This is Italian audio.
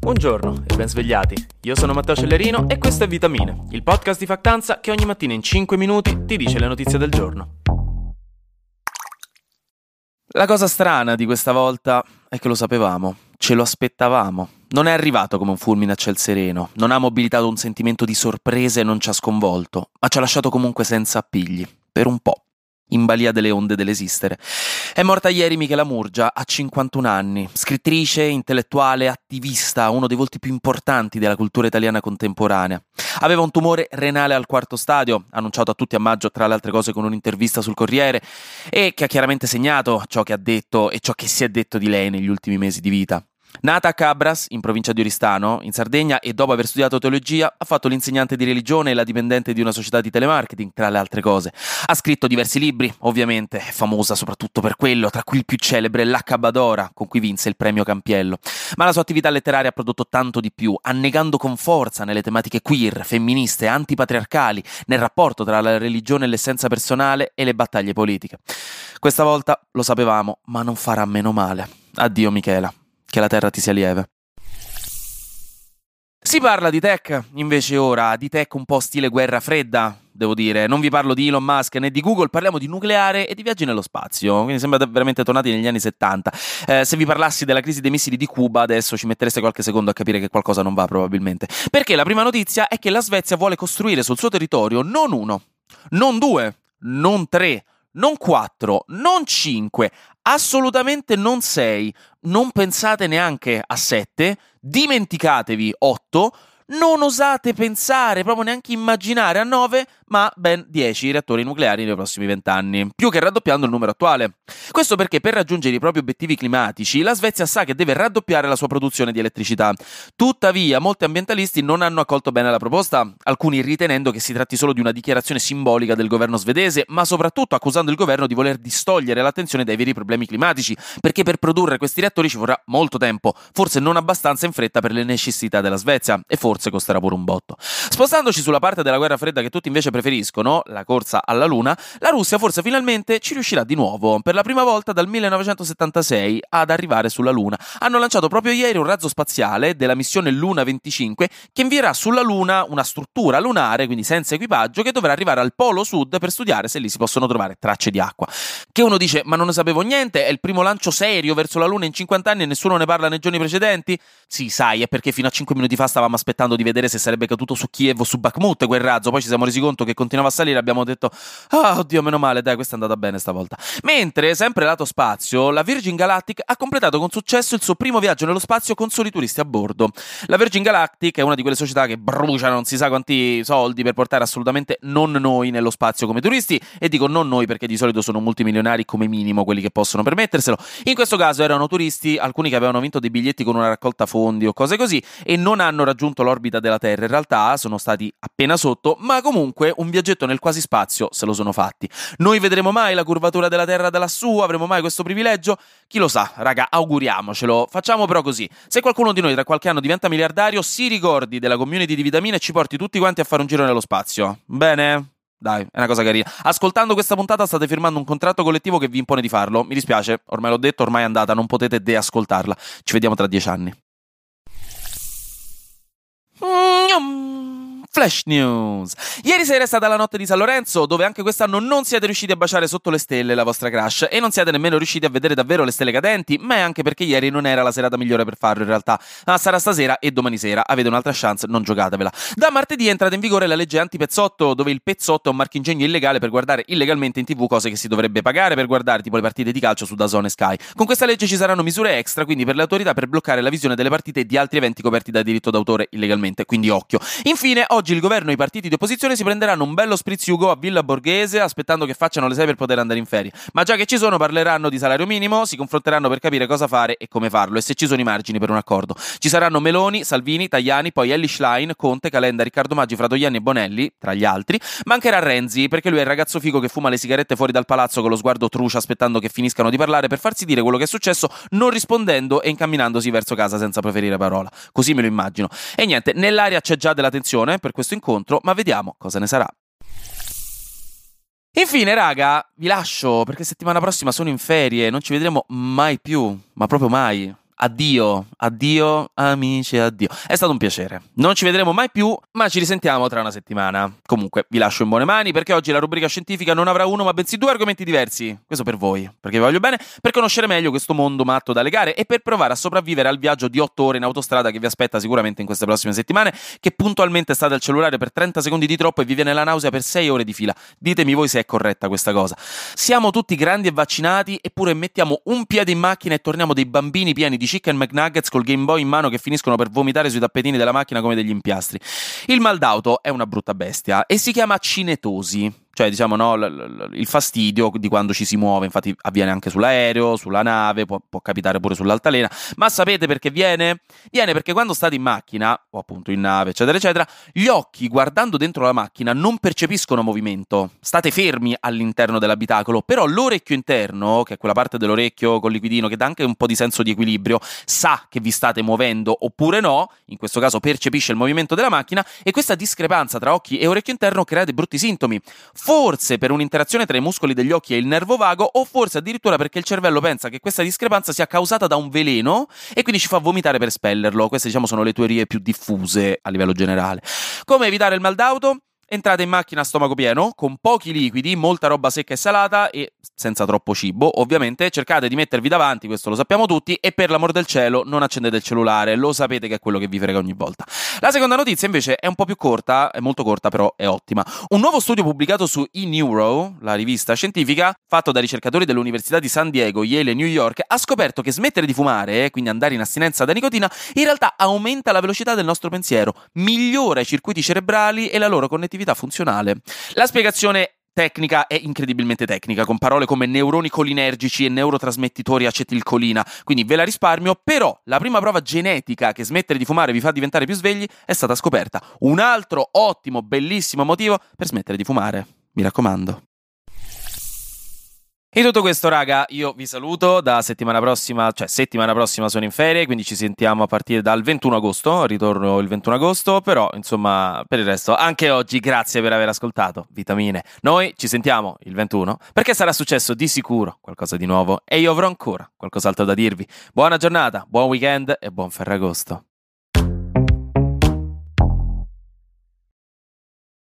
Buongiorno e ben svegliati. Io sono Matteo Cellerino e questo è Vitamine, il podcast di Factanza che ogni mattina in 5 minuti ti dice le notizie del giorno. La cosa strana di questa volta è che lo sapevamo, ce lo aspettavamo. Non è arrivato come un fulmine a ciel sereno, non ha mobilitato un sentimento di sorpresa e non ci ha sconvolto, ma ci ha lasciato comunque senza appigli, per un po'. In balia delle onde dell'esistere. È morta ieri Michela Murgia, a 51 anni, scrittrice, intellettuale, attivista, uno dei volti più importanti della cultura italiana contemporanea. Aveva un tumore renale al quarto stadio, annunciato a tutti a maggio, tra le altre cose con un'intervista sul Corriere, e che ha chiaramente segnato ciò che ha detto e ciò che si è detto di lei negli ultimi mesi di vita. Nata a Cabras, in provincia di Oristano, in Sardegna, e dopo aver studiato teologia, ha fatto l'insegnante di religione e la dipendente di una società di telemarketing, tra le altre cose. Ha scritto diversi libri, ovviamente, è famosa soprattutto per quello, tra cui il più celebre L'Accabadora, con cui vinse il premio Campiello. Ma la sua attività letteraria ha prodotto tanto di più, annegando con forza nelle tematiche queer, femministe, antipatriarcali, nel rapporto tra la religione e l'essenza personale e le battaglie politiche. Questa volta lo sapevamo, ma non farà meno male. Addio Michela. Che la terra ti sia lieve. Si parla di tech, invece ora, di tech un po' stile guerra fredda, devo dire. Non vi parlo di Elon Musk né di Google, parliamo di nucleare e di viaggi nello spazio, quindi sembra veramente tornati negli anni 70. Se vi parlassi della crisi dei missili di Cuba, adesso ci mettereste qualche secondo a capire che qualcosa non va probabilmente. Perché la prima notizia è che la Svezia vuole costruire sul suo territorio non uno, non due, non tre, non 4, non 5, assolutamente non 6, non pensate neanche a 7, dimenticatevi 8, non osate pensare, proprio neanche immaginare a 9, ma ben 10 reattori nucleari nei prossimi 20 anni, più che raddoppiando il numero attuale. Questo perché per raggiungere i propri obiettivi climatici la Svezia sa che deve raddoppiare la sua produzione di elettricità. Tuttavia, molti ambientalisti non hanno accolto bene la proposta, alcuni ritenendo che si tratti solo di una dichiarazione simbolica del governo svedese, ma soprattutto accusando il governo di voler distogliere l'attenzione dai veri problemi climatici, perché per produrre questi reattori ci vorrà molto tempo, forse non abbastanza in fretta per le necessità della Svezia, e forse costerà pure un botto. Spostandoci sulla parte della guerra fredda che tutti invece preferiscono, la corsa alla Luna, la Russia forse finalmente ci riuscirà di nuovo, per la prima volta dal 1976, ad arrivare sulla Luna. Hanno lanciato proprio ieri un razzo spaziale della missione Luna 25 che invierà sulla Luna una struttura lunare, quindi senza equipaggio, che dovrà arrivare al polo sud per studiare se lì si possono trovare tracce di acqua. Che uno dice, ma non ne sapevo niente, è il primo lancio serio verso la Luna in 50 anni e nessuno ne parla nei giorni precedenti? Sì, sai, è perché fino a 5 minuti fa stavamo aspettando di vedere se sarebbe caduto su Kiev o su Bakhmut quel razzo, poi ci siamo resi conto che continuava a salire e abbiamo detto ah, oddio, meno male, dai, questa è andata bene stavolta. Mentre, sempre lato spazio, la Virgin Galactic ha completato con successo il suo primo viaggio nello spazio con soli turisti a bordo. La Virgin Galactic è una di quelle società che bruciano non si sa quanti soldi per portare assolutamente non noi nello spazio come turisti, e dico non noi perché di solito sono multimilionari come minimo quelli che possono permetterselo. In questo caso erano turisti, alcuni che avevano vinto dei biglietti con una raccolta fondi o cose così, e non hanno raggiunto l'orbita della Terra. In realtà sono stati appena sotto, ma comunque un viaggetto nel quasi spazio se lo sono fatti. Noi vedremo mai la curvatura della Terra da lassù? Avremo mai questo privilegio? Chi lo sa, raga, auguriamocelo. Facciamo però così: se qualcuno di noi tra qualche anno diventa miliardario, si ricordi della community di Vitamine e ci porti tutti quanti a fare un giro nello spazio. Bene? Dai, è una cosa carina. Ascoltando questa puntata state firmando un contratto collettivo che vi impone di farlo. Mi dispiace, ormai l'ho detto, ormai è andata, non potete deascoltarla. Ci vediamo tra 10 anni. Flash News. Ieri sera è stata la notte di San Lorenzo, dove anche quest'anno non siete riusciti a baciare sotto le stelle la vostra crush e non siete nemmeno riusciti a vedere davvero le stelle cadenti, ma è anche perché ieri non era la serata migliore per farlo in realtà. Ma sarà stasera e domani sera, avete un'altra chance, non giocatevela. Da martedì è entrata in vigore la legge anti-pezzotto, dove il pezzotto è un marchingegno illegale per guardare illegalmente in TV cose che si dovrebbe pagare per guardare, tipo le partite di calcio su DAZN e Sky. Con questa legge ci saranno misure extra, quindi per le autorità, per bloccare la visione delle partite e di altri eventi coperti da diritto d'autore illegalmente, quindi occhio. Infine, oggi il governo e i partiti di opposizione si prenderanno un bello sprizziugo a Villa Borghese, aspettando che facciano le 6 per poter andare in ferie. Ma già che ci sono, parleranno di salario minimo, si confronteranno per capire cosa fare e come farlo, e se ci sono i margini per un accordo. Ci saranno Meloni, Salvini, Tajani, poi Elly Schlein, Conte, Calenda, Riccardo Maggi, Fratoianni e Bonelli, tra gli altri. Mancherà Renzi, perché lui è il ragazzo figo che fuma le sigarette fuori dal palazzo con lo sguardo truce, aspettando che finiscano di parlare per farsi dire quello che è successo, non rispondendo e incamminandosi verso casa senza proferire parola. Così me lo immagino. E niente, nell'aria c'è già della tensione per questo incontro, ma vediamo cosa ne sarà. Infine, raga, vi lascio perché settimana prossima sono in ferie, non ci vedremo mai più, ma proprio mai. Addio, addio, amici, addio. È stato un piacere. Non ci vedremo mai più, ma ci risentiamo tra una settimana. Comunque, vi lascio in buone mani perché oggi la rubrica scientifica non avrà uno, ma bensì due argomenti diversi. Questo per voi, perché vi voglio bene, per conoscere meglio questo mondo matto dalle gare e per provare a sopravvivere al viaggio di 8 ore in autostrada che vi aspetta sicuramente in queste prossime settimane, che puntualmente state al cellulare per 30 secondi di troppo e vi viene la nausea per 6 ore di fila. Ditemi voi se è corretta questa cosa. Siamo tutti grandi e vaccinati, eppure mettiamo un piede in macchina e torniamo dei bambini pieni di Chicken McNuggets col Game Boy in mano che finiscono per vomitare sui tappetini della macchina come degli impiastri. Il mal d'auto è una brutta bestia e si chiama cinetosi. Cioè, diciamo, no, il fastidio di quando ci si muove, infatti avviene anche sull'aereo, sulla nave, può capitare pure sull'altalena, ma sapete perché viene? Viene perché quando state in macchina, o appunto in nave, eccetera, eccetera, gli occhi, guardando dentro la macchina, non percepiscono movimento, state fermi all'interno dell'abitacolo, però l'orecchio interno, che è quella parte dell'orecchio col liquidino che dà anche un po' di senso di equilibrio, sa che vi state muovendo oppure no, in questo caso percepisce il movimento della macchina, e questa discrepanza tra occhi e orecchio interno crea dei brutti sintomi. Forse per un'interazione tra i muscoli degli occhi e il nervo vago, o forse addirittura perché il cervello pensa che questa discrepanza sia causata da un veleno e quindi ci fa vomitare per espellerlo. Queste, diciamo, sono le teorie più diffuse a livello generale. Come evitare il mal d'auto? Entrate in macchina a stomaco pieno, con pochi liquidi, molta roba secca e salata e senza troppo cibo, ovviamente. Cercate di mettervi davanti, questo lo sappiamo tutti, e per l'amor del cielo non accendete il cellulare, lo sapete che è quello che vi frega ogni volta. La seconda notizia invece è un po' più corta, è molto corta però è ottima. Un nuovo studio pubblicato su eNeuro, la rivista scientifica, fatto da ricercatori dell'Università di San Diego, Yale e New York, ha scoperto che smettere di fumare, quindi andare in astinenza da nicotina, in realtà aumenta la velocità del nostro pensiero, migliora i circuiti cerebrali e la loro connettività funzionale. La spiegazione tecnica è incredibilmente tecnica, con parole come neuroni colinergici e neurotrasmettitori acetilcolina, quindi ve la risparmio, però la prima prova genetica che smettere di fumare vi fa diventare più svegli è stata scoperta. Un altro ottimo, bellissimo motivo per smettere di fumare. Mi raccomando. In tutto questo, raga, io vi saluto. Da settimana prossima sono in ferie, quindi ci sentiamo a partire dal 21 agosto, ritorno il 21 agosto, però insomma per il resto anche oggi grazie per aver ascoltato Vitamine. Noi ci sentiamo il 21 perché sarà successo di sicuro qualcosa di nuovo e io avrò ancora qualcos'altro da dirvi. Buona giornata, buon weekend e buon Ferragosto.